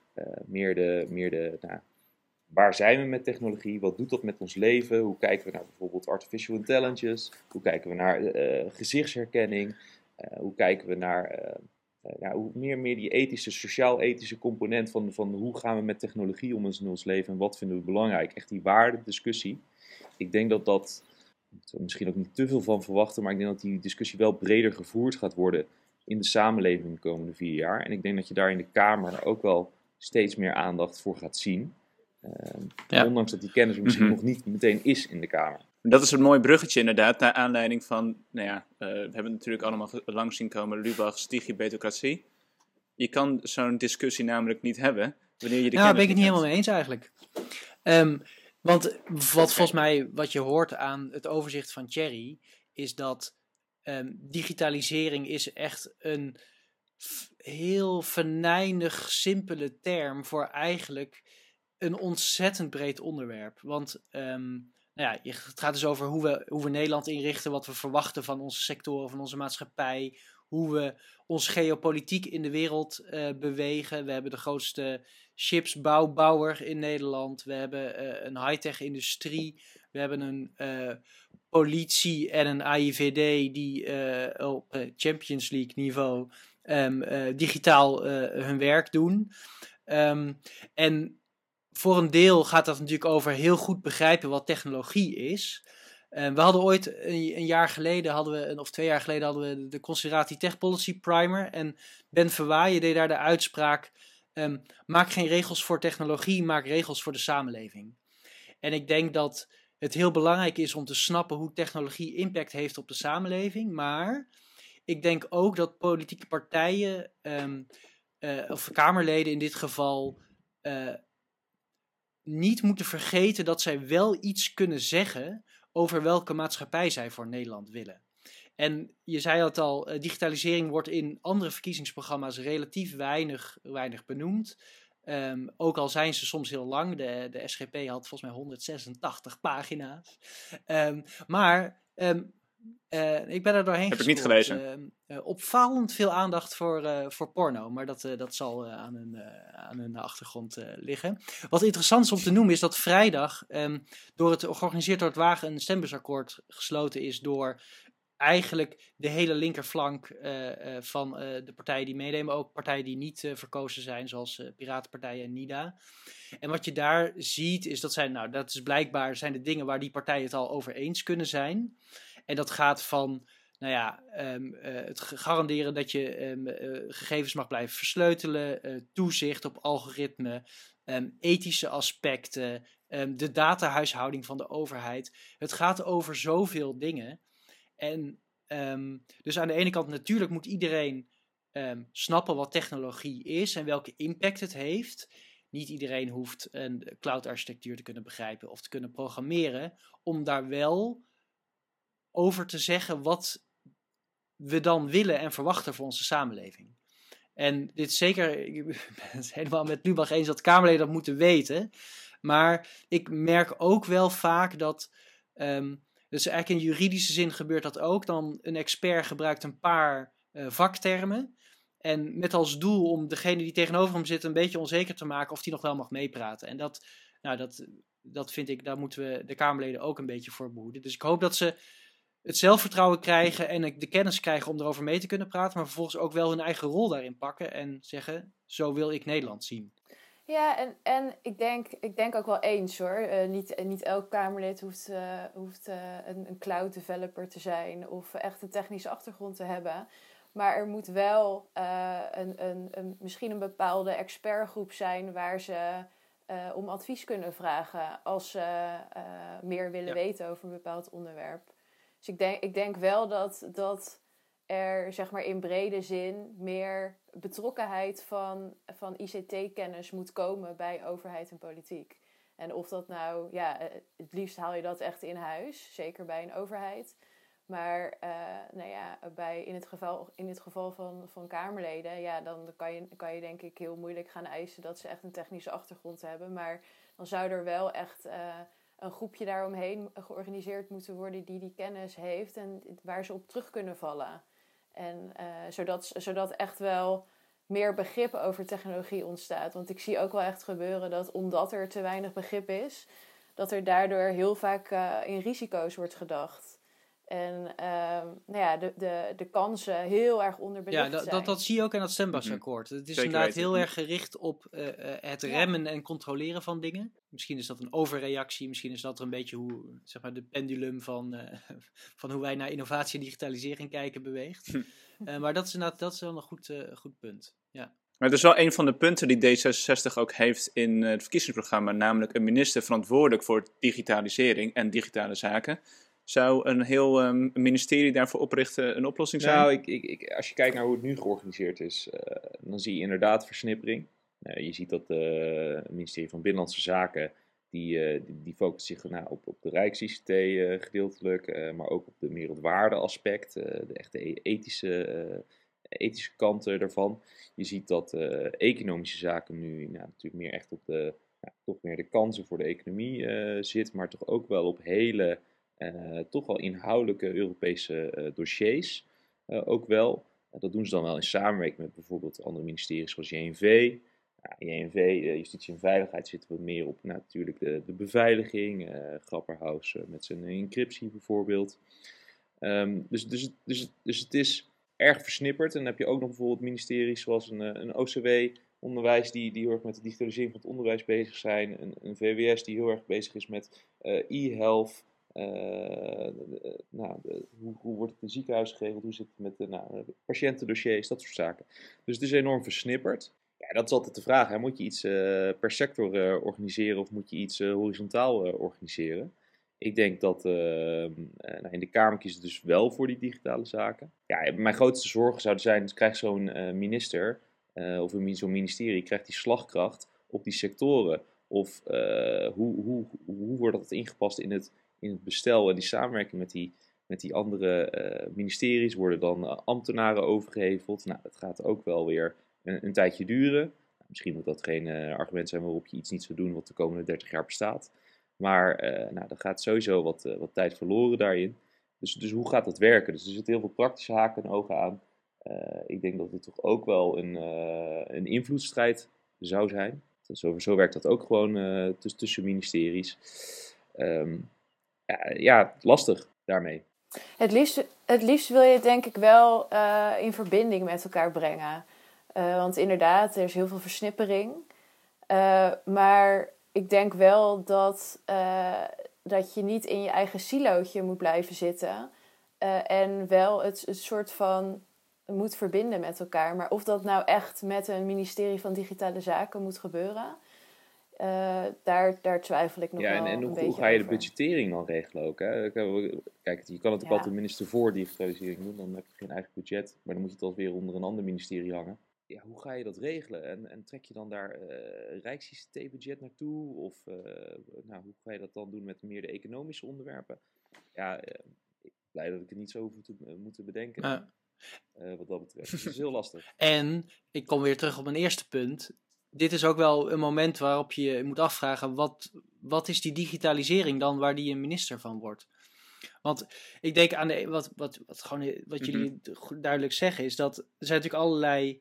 waar zijn we met technologie? Wat doet dat met ons leven? Hoe kijken we naar bijvoorbeeld artificial intelligence? Hoe kijken we naar gezichtsherkenning? Hoe kijken we naar meer die ethische, sociaal-ethische component van hoe gaan we met technologie om in ons leven en wat vinden we belangrijk? Echt die waardediscussie. Ik denk dat misschien ook niet te veel van verwachten, maar ik denk dat die discussie wel breder gevoerd gaat worden in de samenleving de komende 4 jaar. En ik denk dat je daar in de Kamer ook wel steeds meer aandacht voor gaat zien. Ondanks dat die kennis misschien nog niet meteen is in de Kamer. Dat is een mooi bruggetje inderdaad, naar aanleiding van, we hebben het natuurlijk allemaal langs zien komen, Lubach's digibetocratie. Je kan zo'n discussie namelijk niet hebben wanneer je de kennis ben ik het niet hebt. helemaal mee eens eigenlijk. Want volgens mij, wat je hoort aan het overzicht van Thierry, is dat digitalisering is echt een heel venijnig, simpele term voor eigenlijk een ontzettend breed onderwerp. Want het gaat dus over hoe we Nederland inrichten, wat we verwachten van onze sectoren, van onze maatschappij, hoe we ons geopolitiek in de wereld bewegen. We hebben de grootste chipsbouwer in Nederland. We hebben een high-tech industrie. We hebben een politie en een AIVD die op Champions League niveau digitaal hun werk doen. En voor een deel gaat dat natuurlijk over heel goed begrijpen wat technologie is. We hadden ooit een jaar geleden, of 2 jaar geleden, hadden we de Consideratie Tech Policy Primer. En Ben Verwaayen deed daar de uitspraak: maak geen regels voor technologie, maak regels voor de samenleving. En ik denk dat het heel belangrijk is om te snappen hoe technologie impact heeft op de samenleving. Maar ik denk ook dat politieke partijen, of Kamerleden in dit geval, niet moeten vergeten dat zij wel iets kunnen zeggen over welke maatschappij zij voor Nederland willen. En je zei het al, digitalisering wordt in andere verkiezingsprogramma's relatief weinig benoemd. Ook al zijn ze soms heel lang. De SGP had volgens mij 186 pagina's. Ik ben er doorheen Heb ik niet gelezen. Opvallend veel aandacht voor porno, maar dat zal aan hun achtergrond liggen. Wat interessant is om te noemen is dat vrijdag georganiseerd door het Wagen een stembusakkoord gesloten is door eigenlijk de hele linkerflank van de partijen die meenemen, ook partijen die niet verkozen zijn, zoals Piratenpartij en NIDA. En wat je daar ziet is dat is blijkbaar zijn de dingen waar die partijen het al over eens kunnen zijn. En dat gaat van het garanderen dat je gegevens mag blijven versleutelen, toezicht op algoritme, ethische aspecten, de datahuishouding van de overheid. Het gaat over zoveel dingen. En dus aan de ene kant natuurlijk moet iedereen snappen wat technologie is en welke impact het heeft. Niet iedereen hoeft een cloud-architectuur te kunnen begrijpen of te kunnen programmeren, om daar wel over te zeggen wat we dan willen en verwachten voor onze samenleving. En dit is zeker, ik ben het helemaal met Lubach eens dat Kamerleden dat moeten weten. Maar ik merk ook wel vaak dat, dus eigenlijk in juridische zin gebeurt dat ook, dan een expert gebruikt een paar vaktermen. En met als doel om degene die tegenover hem zit een beetje onzeker te maken of die nog wel mag meepraten. En dat vind ik, daar moeten we de Kamerleden ook een beetje voor behoeden. Dus ik hoop dat ze het zelfvertrouwen krijgen en de kennis krijgen om erover mee te kunnen praten, maar vervolgens ook wel hun eigen rol daarin pakken en zeggen, zo wil ik Nederland zien. Ja, en ik denk ook wel eens hoor. Niet elk Kamerlid hoeft een cloud developer te zijn of echt een technische achtergrond te hebben. Maar er moet wel misschien een bepaalde expertgroep zijn waar ze om advies kunnen vragen als ze meer willen weten over een bepaald onderwerp. Dus ik denk wel dat er zeg maar in brede zin meer betrokkenheid van ICT-kennis moet komen bij overheid en politiek. En of dat nou, het liefst haal je dat echt in huis, zeker bij een overheid. Maar in het geval van Kamerleden, dan kan je denk ik heel moeilijk gaan eisen dat ze echt een technische achtergrond hebben. Maar dan zou er wel echt een groepje daaromheen georganiseerd moeten worden die kennis heeft en waar ze op terug kunnen vallen. En zodat echt wel meer begrip over technologie ontstaat. Want ik zie ook wel echt gebeuren dat omdat er te weinig begrip is, dat er daardoor heel vaak in risico's wordt gedacht. En de kansen heel erg onderbelicht zijn. Dat zie je ook in dat stembusakkoord. Het is inderdaad heel erg gericht op het remmen en controleren van dingen. Misschien is dat een overreactie. Misschien is dat er een beetje hoe, zeg maar, de pendulum van hoe wij naar innovatie en digitalisering kijken beweegt. Maar dat is wel een goed punt. Ja. Maar het is wel een van de punten die D66 ook heeft in het verkiezingsprogramma. Namelijk een minister verantwoordelijk voor digitalisering en digitale zaken. Zou een heel ministerie daarvoor oprichten een oplossing zijn? Nou, als je kijkt naar hoe het nu georganiseerd is, dan zie je inderdaad versnippering. Je ziet dat het ministerie van Binnenlandse Zaken die focust zich op de Rijks-ICT gedeeltelijk, maar ook op meer het waardeaspect, de echte ethische kanten daarvan. Je ziet dat economische zaken nu natuurlijk meer echt op toch meer de kansen voor de economie zit, maar toch ook wel op hele, toch wel inhoudelijke Europese dossiers ook wel. Dat doen ze dan wel in samenwerking met bijvoorbeeld andere ministeries zoals JNV. JNV, Justitie en Veiligheid, zitten we meer op natuurlijk de beveiliging. Grapperhaus met zijn encryptie bijvoorbeeld. Dus het is erg versnipperd. En dan heb je ook nog bijvoorbeeld ministeries zoals een OCW, onderwijs, die heel erg met de digitalisering van het onderwijs bezig zijn. Een VWS die heel erg bezig is met e-health. Hoe wordt het in ziekenhuizen geregeld? Hoe zit het met de patiëntendossiers? Dat soort zaken. Dus het is enorm versnipperd. Ja, dat is altijd de vraag. Hè? Moet je iets per sector organiseren of moet je iets horizontaal organiseren? Ik denk dat in de Kamer kiezen dus wel voor die digitale zaken. Ja, mijn grootste zorgen zouden zijn, dus krijgt zo'n minister of zo'n ministerie krijgt die slagkracht op die sectoren? Of hoe wordt dat ingepast in het bestel en die samenwerking met die andere ministeries? Worden dan ambtenaren overgeheveld? Nou, dat gaat ook wel weer een tijdje duren. Misschien moet dat geen argument zijn waarop je iets niet zou doen wat de komende 30 jaar bestaat. Maar dan gaat sowieso wat tijd verloren daarin. Dus hoe gaat dat werken? Dus er zitten heel veel praktische haken en ogen aan. Ik denk dat het toch ook wel een invloedsstrijd zou zijn. Zo werkt dat ook gewoon tussen ministeries. Lastig daarmee. Het liefst wil je het denk ik wel in verbinding met elkaar brengen. Want inderdaad, er is heel veel versnippering. Maar ik denk wel dat je niet in je eigen silootje moet blijven zitten. En wel het soort van moet verbinden met elkaar. Maar of dat nou echt met een ministerie van Digitale Zaken moet gebeuren, daar twijfel ik nog wel een beetje over. Hoe ga je de budgettering dan regelen ook? Hè? Kijk, je kan het ook altijd minister voor digitalisering doen. Dan heb je geen eigen budget. Maar dan moet je het alweer onder een ander ministerie hangen. Ja, hoe ga je dat regelen? En trek je dan daar Rijks-ICT-budget naartoe? Of hoe ga je dat dan doen met meer de economische onderwerpen? Ja, ik ben blij dat ik het niet zo hoef te moeten bedenken. Wat dat betreft. Dus het is heel lastig. En ik kom weer terug op mijn eerste punt. Dit is ook wel een moment waarop je moet afvragen, wat is die digitalisering dan waar die een minister van wordt? Want ik denk aan wat jullie duidelijk zeggen is dat er zijn natuurlijk allerlei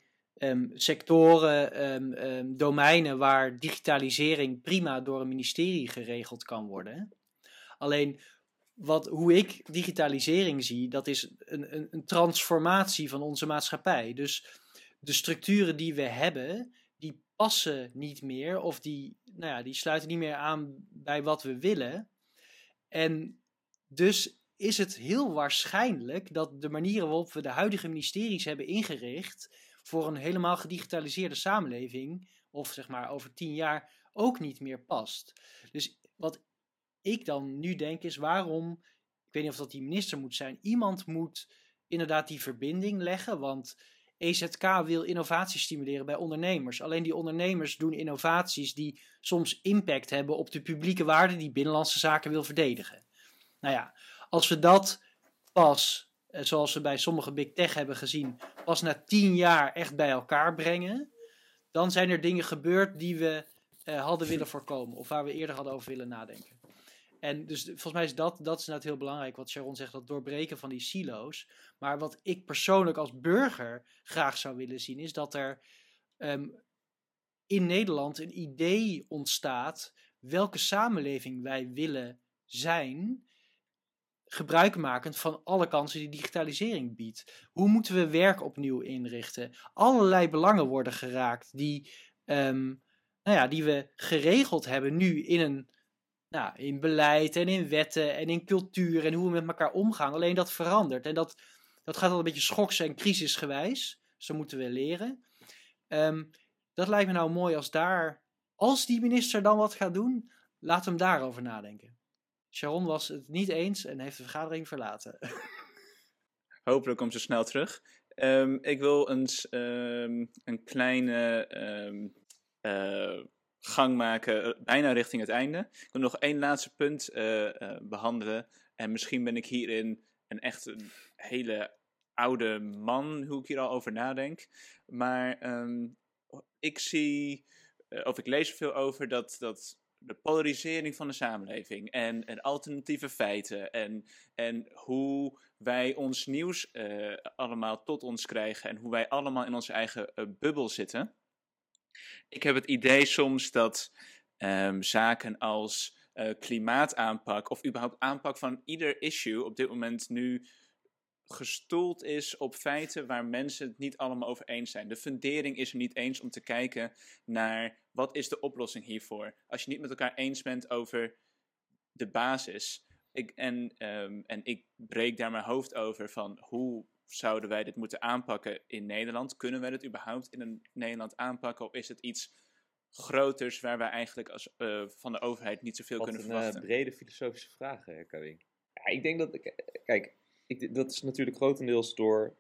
sectoren, domeinen waar digitalisering prima door een ministerie geregeld kan worden. Alleen hoe ik digitalisering zie, dat is een transformatie van onze maatschappij. Dus de structuren die we hebben, die passen niet meer of die sluiten niet meer aan bij wat we willen. En dus is het heel waarschijnlijk dat de manieren waarop we de huidige ministeries hebben ingericht voor een helemaal gedigitaliseerde samenleving, of zeg maar over 10 jaar, ook niet meer past. Dus wat ik dan nu denk is, waarom, ik weet niet of dat die minister moet zijn, iemand moet inderdaad die verbinding leggen, want EZK wil innovatie stimuleren bij ondernemers. Alleen die ondernemers doen innovaties die soms impact hebben op de publieke waarde die Binnenlandse Zaken wil verdedigen. Nou ja, als we dat pas, zoals we bij sommige big tech hebben gezien, pas na 10 jaar echt bij elkaar brengen, dan zijn er dingen gebeurd die we hadden willen voorkomen of waar we eerder hadden over willen nadenken. En dus volgens mij is dat is inderdaad heel belangrijk, wat Sharon zegt, dat doorbreken van die silo's. Maar wat ik persoonlijk als burger graag zou willen zien, is dat er in Nederland een idee ontstaat welke samenleving wij willen zijn, gebruikmakend van alle kansen die digitalisering biedt. Hoe moeten we werk opnieuw inrichten? Allerlei belangen worden geraakt die we geregeld hebben nu in beleid en in wetten en in cultuur en hoe we met elkaar omgaan. Alleen dat verandert. En dat gaat al een beetje schoks- en crisisgewijs. Zo moeten we leren. Dat lijkt me nou mooi als die minister dan wat gaat doen, laat hem daarover nadenken. Sharon was het niet eens en heeft de vergadering verlaten. Hopelijk komt ze snel terug. Ik wil eens een kleine gang maken, bijna richting het einde. Ik wil nog één laatste punt behandelen. En misschien ben ik hierin een hele oude man, hoe ik hier al over nadenk. Maar ik lees er veel over dat de polarisering van de samenleving en alternatieve feiten en hoe wij ons nieuws allemaal tot ons krijgen en hoe wij allemaal in onze eigen bubbel zitten. Ik heb het idee soms dat zaken als klimaataanpak of überhaupt aanpak van ieder issue op dit moment nu gestoeld is op feiten waar mensen het niet allemaal over eens zijn. De fundering is er niet eens om te kijken naar wat is de oplossing hiervoor. Als je niet met elkaar eens bent over de basis. En ik breek daar mijn hoofd over van hoe zouden wij dit moeten aanpakken in Nederland? Kunnen wij dit überhaupt in Nederland aanpakken? Of is het iets groters waar wij eigenlijk van de overheid niet zoveel kunnen verwachten? Wat een brede filosofische vraag, Karin. Ja, ik denk dat... Kijk, dat is natuurlijk grotendeels door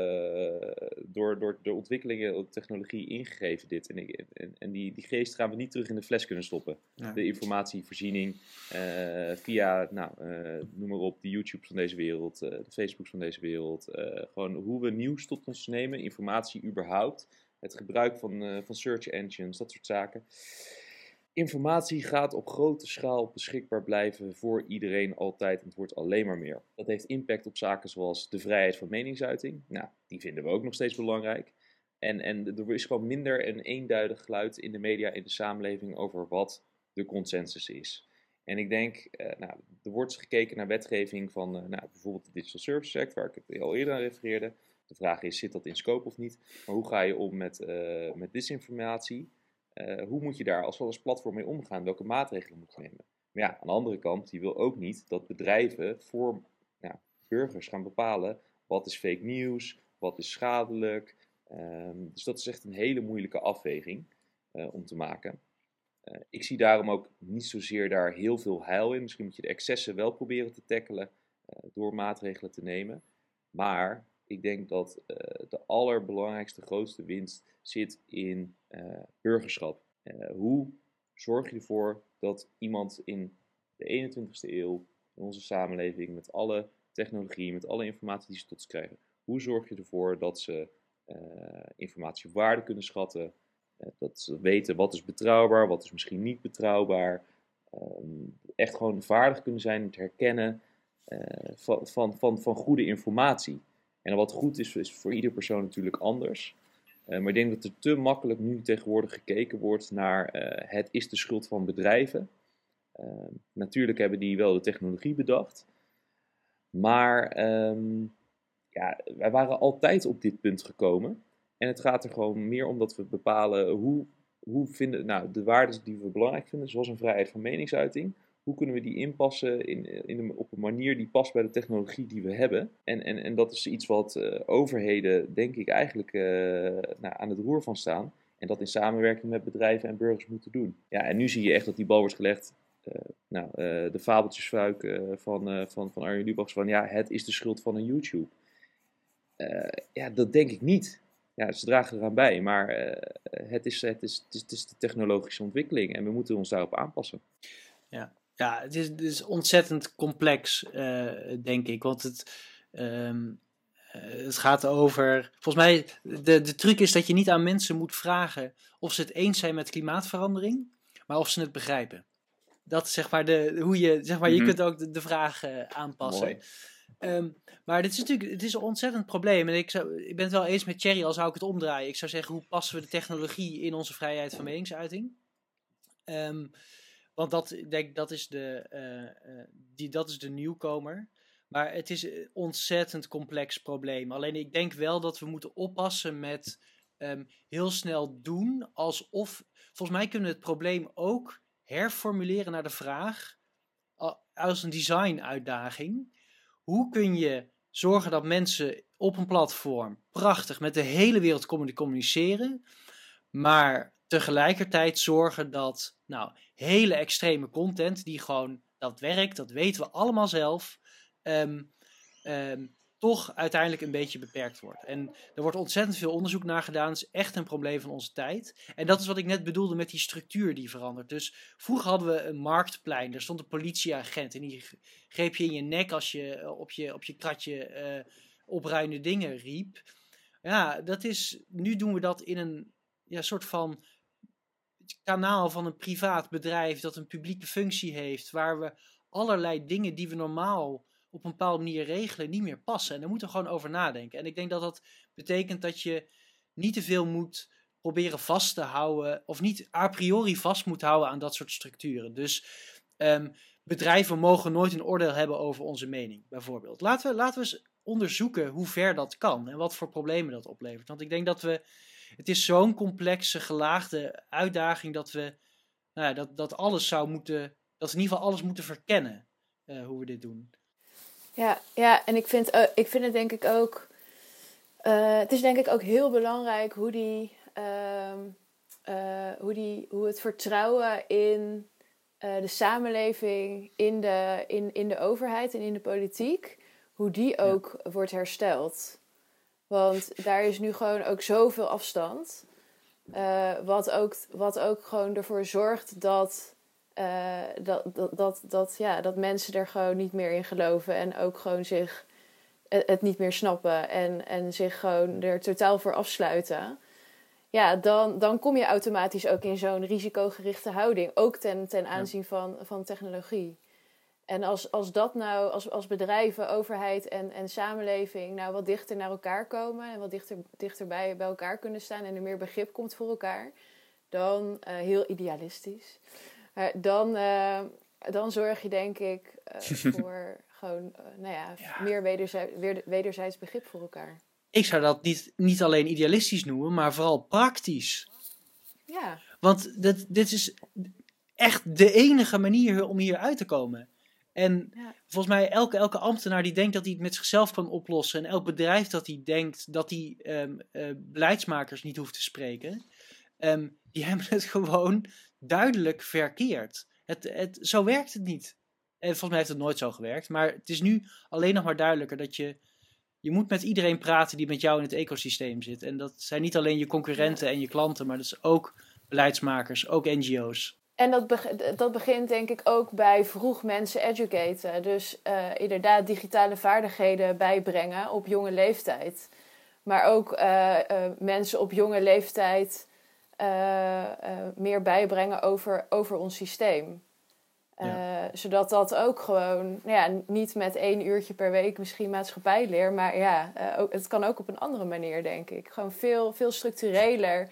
de ontwikkelingen op technologie ingegeven dit. En die geest gaan we niet terug in de fles kunnen stoppen. Ja. De informatievoorziening via, noem maar op, de YouTubes van deze wereld, de Facebooks van deze wereld. Gewoon hoe we nieuws tot ons nemen, informatie überhaupt. Het gebruik van search engines, dat soort zaken. Informatie gaat op grote schaal beschikbaar blijven voor iedereen altijd en het wordt alleen maar meer. Dat heeft impact op zaken zoals de vrijheid van meningsuiting. Nou, die vinden we ook nog steeds belangrijk. En er is gewoon minder een eenduidig geluid in de media, in de samenleving over wat de consensus is. En ik denk, er wordt gekeken naar wetgeving van bijvoorbeeld de Digital Services Act, waar ik het al eerder aan refereerde. De vraag is, zit dat in scope of niet? Maar hoe ga je om met disinformatie? Hoe moet je daar als platform mee omgaan? Welke maatregelen moet je nemen? Maar ja, aan de andere kant, die wil ook niet dat bedrijven voor burgers gaan bepalen wat is fake news, wat is schadelijk. Dus dat is echt een hele moeilijke afweging om te maken. Ik zie daarom ook niet zozeer daar heel veel heil in. Misschien moet je de excessen wel proberen te tackelen door maatregelen te nemen. Maar ik denk dat de allerbelangrijkste, grootste winst zit in burgerschap. Hoe zorg je ervoor dat iemand in de 21ste eeuw, in onze samenleving, met alle technologie, met alle informatie die ze tot zich krijgen, hoe zorg je ervoor dat ze informatie op waarde kunnen schatten, dat ze weten wat is betrouwbaar, wat is misschien niet betrouwbaar, echt gewoon vaardig kunnen zijn in het herkennen van goede informatie. En wat goed is voor ieder persoon natuurlijk anders. Maar ik denk dat er te makkelijk nu tegenwoordig gekeken wordt naar het is de schuld van bedrijven. Natuurlijk hebben die wel de technologie bedacht. Maar wij waren altijd op dit punt gekomen. En het gaat er gewoon meer om dat we bepalen hoe vinden de waarden die we belangrijk vinden, zoals een vrijheid van meningsuiting. Hoe kunnen we die inpassen op een manier die past bij de technologie die we hebben? En dat is iets wat overheden, denk ik, eigenlijk aan het roer van staan. En dat in samenwerking met bedrijven en burgers moeten doen. Ja, en nu zie je echt dat die bal wordt gelegd. De fabeltjesfuik van Arjen Lubach van het is de schuld van een YouTube. Dat denk ik niet. Ja, ze dragen eraan bij, maar het is de technologische ontwikkeling en we moeten ons daarop aanpassen. Ja, het is ontzettend complex, denk ik. Want het gaat over... Volgens mij, de truc is dat je niet aan mensen moet vragen of ze het eens zijn met klimaatverandering, maar of ze het begrijpen. Dat is zeg maar je kunt ook de vraag aanpassen. Maar dit is natuurlijk het is een ontzettend probleem. En ik ben het wel eens met Thierry, al zou ik het omdraaien. Ik zou zeggen, hoe passen we de technologie in onze vrijheid van meningsuiting? Want dat is de nieuwkomer. Maar het is een ontzettend complex probleem. Alleen ik denk wel dat we moeten oppassen met heel snel doen alsof... Volgens mij kunnen we het probleem ook herformuleren naar de vraag als een design-uitdaging. Hoe kun je zorgen dat mensen op een platform prachtig met de hele wereld communiceren, maar tegelijkertijd zorgen dat hele extreme content die gewoon, dat werkt, dat weten we allemaal zelf, toch uiteindelijk een beetje beperkt wordt. En er wordt ontzettend veel onderzoek naar gedaan. Het is echt een probleem van onze tijd. En dat is wat ik net bedoelde met die structuur die verandert. Dus vroeger hadden we een marktplein. Daar stond een politieagent en die greep je in je nek als je op je kratje opruimende dingen riep. Ja, nu doen we dat in een soort van kanaal van een privaat bedrijf dat een publieke functie heeft, waar we allerlei dingen die we normaal op een bepaalde manier regelen, niet meer passen. En daar moeten we gewoon over nadenken. En ik denk dat dat betekent dat je niet te veel moet proberen vast te houden, of niet a priori vast moet houden aan dat soort structuren. Dus bedrijven mogen nooit een oordeel hebben over onze mening, bijvoorbeeld. Laten we eens onderzoeken hoe ver dat kan en wat voor problemen dat oplevert. Want ik denk dat het is zo'n complexe, gelaagde uitdaging dat we dat alles zou moeten, dat we in ieder geval alles moeten verkennen hoe we dit doen. Ja, en ik vind het denk ik ook, het is denk ik ook heel belangrijk hoe het vertrouwen in de samenleving, in de overheid en in de politiek, hoe die ook wordt hersteld. Want daar is nu gewoon ook zoveel afstand. Wat ook gewoon ervoor zorgt dat mensen er gewoon niet meer in geloven. En ook gewoon het niet meer snappen. En zich gewoon er totaal voor afsluiten. Ja, dan kom je automatisch ook in zo'n risicogerichte houding. Ook ten aanzien van technologie. En als bedrijven, overheid en samenleving nou wat dichter naar elkaar komen en wat dichter bij elkaar kunnen staan en er meer begrip komt voor elkaar, dan heel idealistisch. Dan zorg je denk ik voor gewoon meer wederzijds begrip voor elkaar. Ik zou dat niet alleen idealistisch noemen, maar vooral praktisch. Ja. Want dit is echt de enige manier om hier uit te komen. En volgens mij elke ambtenaar die denkt dat hij het met zichzelf kan oplossen, en elk bedrijf dat hij denkt dat hij beleidsmakers niet hoeft te spreken, die hebben het gewoon duidelijk verkeerd. Zo werkt het niet. En volgens mij heeft het nooit zo gewerkt, maar het is nu alleen nog maar duidelijker dat je moet met iedereen praten die met jou in het ecosysteem zit. En dat zijn niet alleen je concurrenten en je klanten, maar dat is ook beleidsmakers, ook NGO's. En dat begint denk ik ook bij vroeg mensen educaten. Dus inderdaad digitale vaardigheden bijbrengen op jonge leeftijd. Maar ook mensen op jonge leeftijd meer bijbrengen over ons systeem. Zodat dat ook gewoon niet met 1 uurtje per week misschien maatschappijleer. Maar het kan ook op een andere manier, denk ik. Gewoon veel structureler.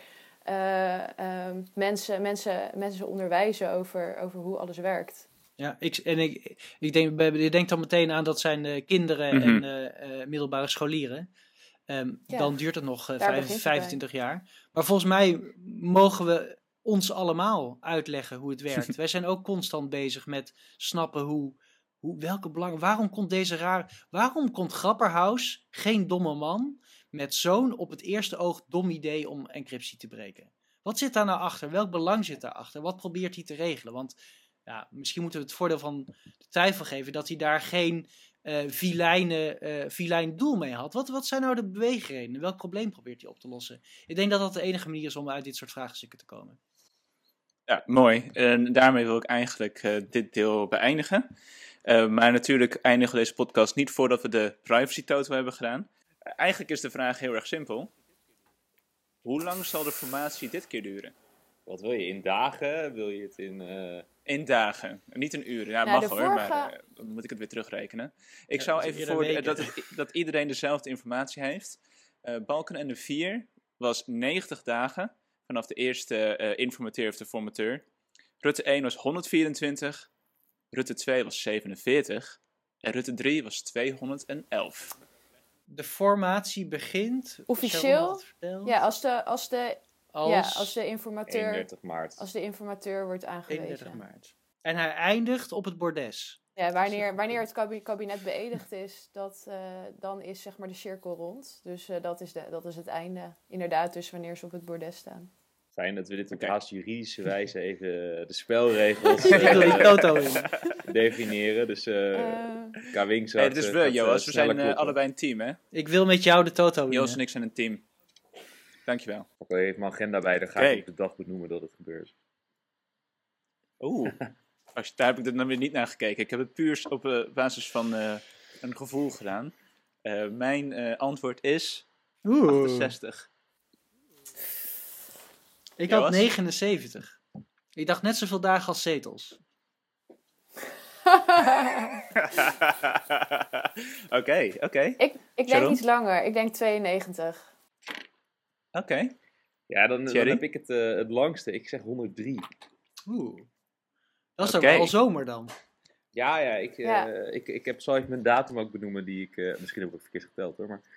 Mensen onderwijzen over hoe alles werkt. Ja, je denkt dan meteen aan dat zijn kinderen en middelbare scholieren. Dan duurt het nog 25 jaar. Maar volgens mij mogen we ons allemaal uitleggen hoe het werkt. Wij zijn ook constant bezig met snappen welke belang. Waarom komt Grapperhaus, geen domme man, met zo'n op het eerste oog dom idee om encryptie te breken? Wat zit daar nou achter? Welk belang zit daarachter? Wat probeert hij te regelen? Want misschien moeten we het voordeel van de twijfel geven dat hij daar geen vilijn doel mee had. Wat zijn nou de beweegredenen? Welk probleem probeert hij op te lossen? Ik denk dat dat de enige manier is om uit dit soort vraagstukken te komen. Ja, mooi. En daarmee wil ik eigenlijk dit deel beëindigen. Maar natuurlijk eindigen we deze podcast niet voordat we de privacy total hebben gedaan. Eigenlijk is de vraag heel erg simpel. Hoe lang zal de formatie dit keer duren? Wat wil je? In dagen? Wil je het in... In dagen, niet in uren. Ja, mag hoor, maar dan moet ik het weer terugrekenen. Ik zou even voor dat iedereen dezelfde informatie heeft. Balkenende 4 was 90 dagen vanaf de eerste informateur of de formateur. Rutte 1 was 124, Rutte 2 was 47 en Rutte 3 was 211. De formatie begint... Officieel? Ja, als de informateur... 31 maart. Als de informateur wordt aangewezen. 31 maart. En hij eindigt op het bordes. Ja, wanneer het kabinet beëdigd is, dan is zeg maar de cirkel rond. Dus dat is het einde. Inderdaad, dus wanneer ze op het bordes staan. Fijn dat we dit op haast juridische wijze even de spelregels Ik wil die Toto in. definiëren. Dus Kwing Hey, dus we, Joas, we zijn allebei een team, hè? Ik wil met jou de Toto in. Joost en ik zijn een team. Dankjewel. Ik heb even mijn agenda bij, dan ga ik op de dag benoemen dat het gebeurt. Oeh, daar heb ik er dan weer niet naar gekeken. Ik heb het puur op basis van een gevoel gedaan. Mijn antwoord is 68. Ik had 79. Ik dacht net zoveel dagen als zetels. Oké. Ik denk iets langer. Ik denk 92. Oké. Ja, dan heb ik het langste. Ik zeg 103. Dat is toch wel zomer dan? Ja. Ik zal even mijn datum ook benoemen die ik... misschien heb ik het verkeerd geteld hoor, maar...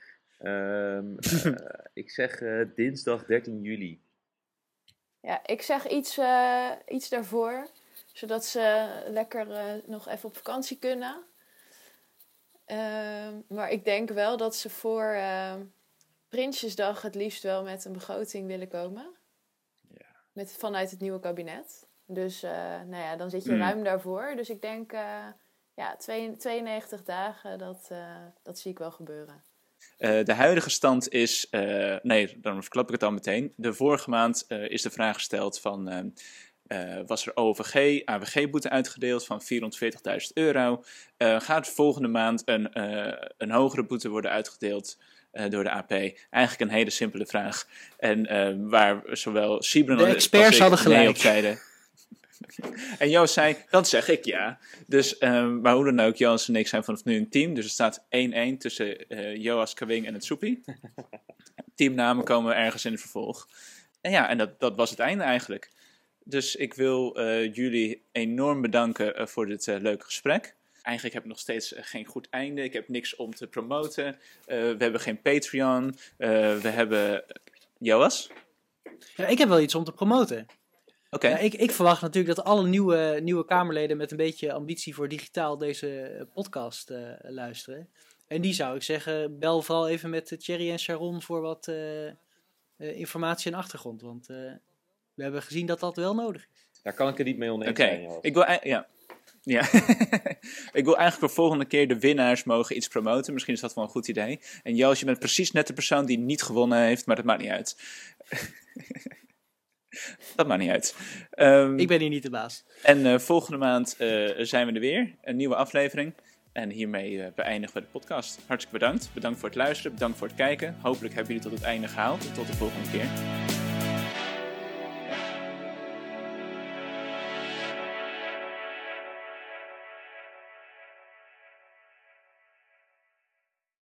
ik zeg dinsdag 13 juli. Ja, ik zeg iets daarvoor. Zodat ze lekker nog even op vakantie kunnen. Maar ik denk wel dat ze voor Prinsjesdag het liefst wel met een begroting willen komen. Ja. Vanuit het nieuwe kabinet. Dus dan zit je ruim daarvoor. Dus ik denk 92 dagen, dat zie ik wel gebeuren. De huidige stand is... dan verklap ik het al meteen. De vorige maand is de vraag gesteld van... was er AWG-boete uitgedeeld van €440.000. Gaat volgende maand een hogere boete worden uitgedeeld door de AP? Eigenlijk een hele simpele vraag. En waar zowel Siebren de experts hadden gelijk. Nee op zeiden. En Joost zei, dat zeg ik ja. Dus, maar hoe dan ook, Joost en ik zijn vanaf nu een team. Dus er staat 1-1 tussen Joas, Kwing en het Soepie. Teamnamen komen ergens in het vervolg. En dat was het einde eigenlijk. Dus ik wil jullie enorm bedanken voor dit leuke gesprek. Eigenlijk heb ik nog steeds geen goed einde. Ik heb niks om te promoten. We hebben geen Patreon. We hebben... Joas? Ja, ik heb wel iets om te promoten. Oké. Ja, ik verwacht natuurlijk dat alle nieuwe Kamerleden met een beetje ambitie voor digitaal deze podcast luisteren. En die zou ik zeggen, bel vooral even met Thierry en Sharon voor wat informatie en achtergrond. Want we hebben gezien dat dat wel nodig is. Daar kan ik het niet mee oneens zijn. Ik wil ik wil eigenlijk voor volgende keer de winnaars mogen iets promoten. Misschien is dat wel een goed idee. En Joost, je bent precies net de persoon die niet gewonnen heeft, maar dat maakt niet uit. Dat maakt niet uit. Ik ben hier niet de baas. En volgende maand zijn we er weer. Een nieuwe aflevering. En hiermee beëindigen we de podcast. Hartstikke bedankt. Bedankt voor het luisteren. Bedankt voor het kijken. Hopelijk hebben jullie tot het einde gehaald. Tot de volgende keer.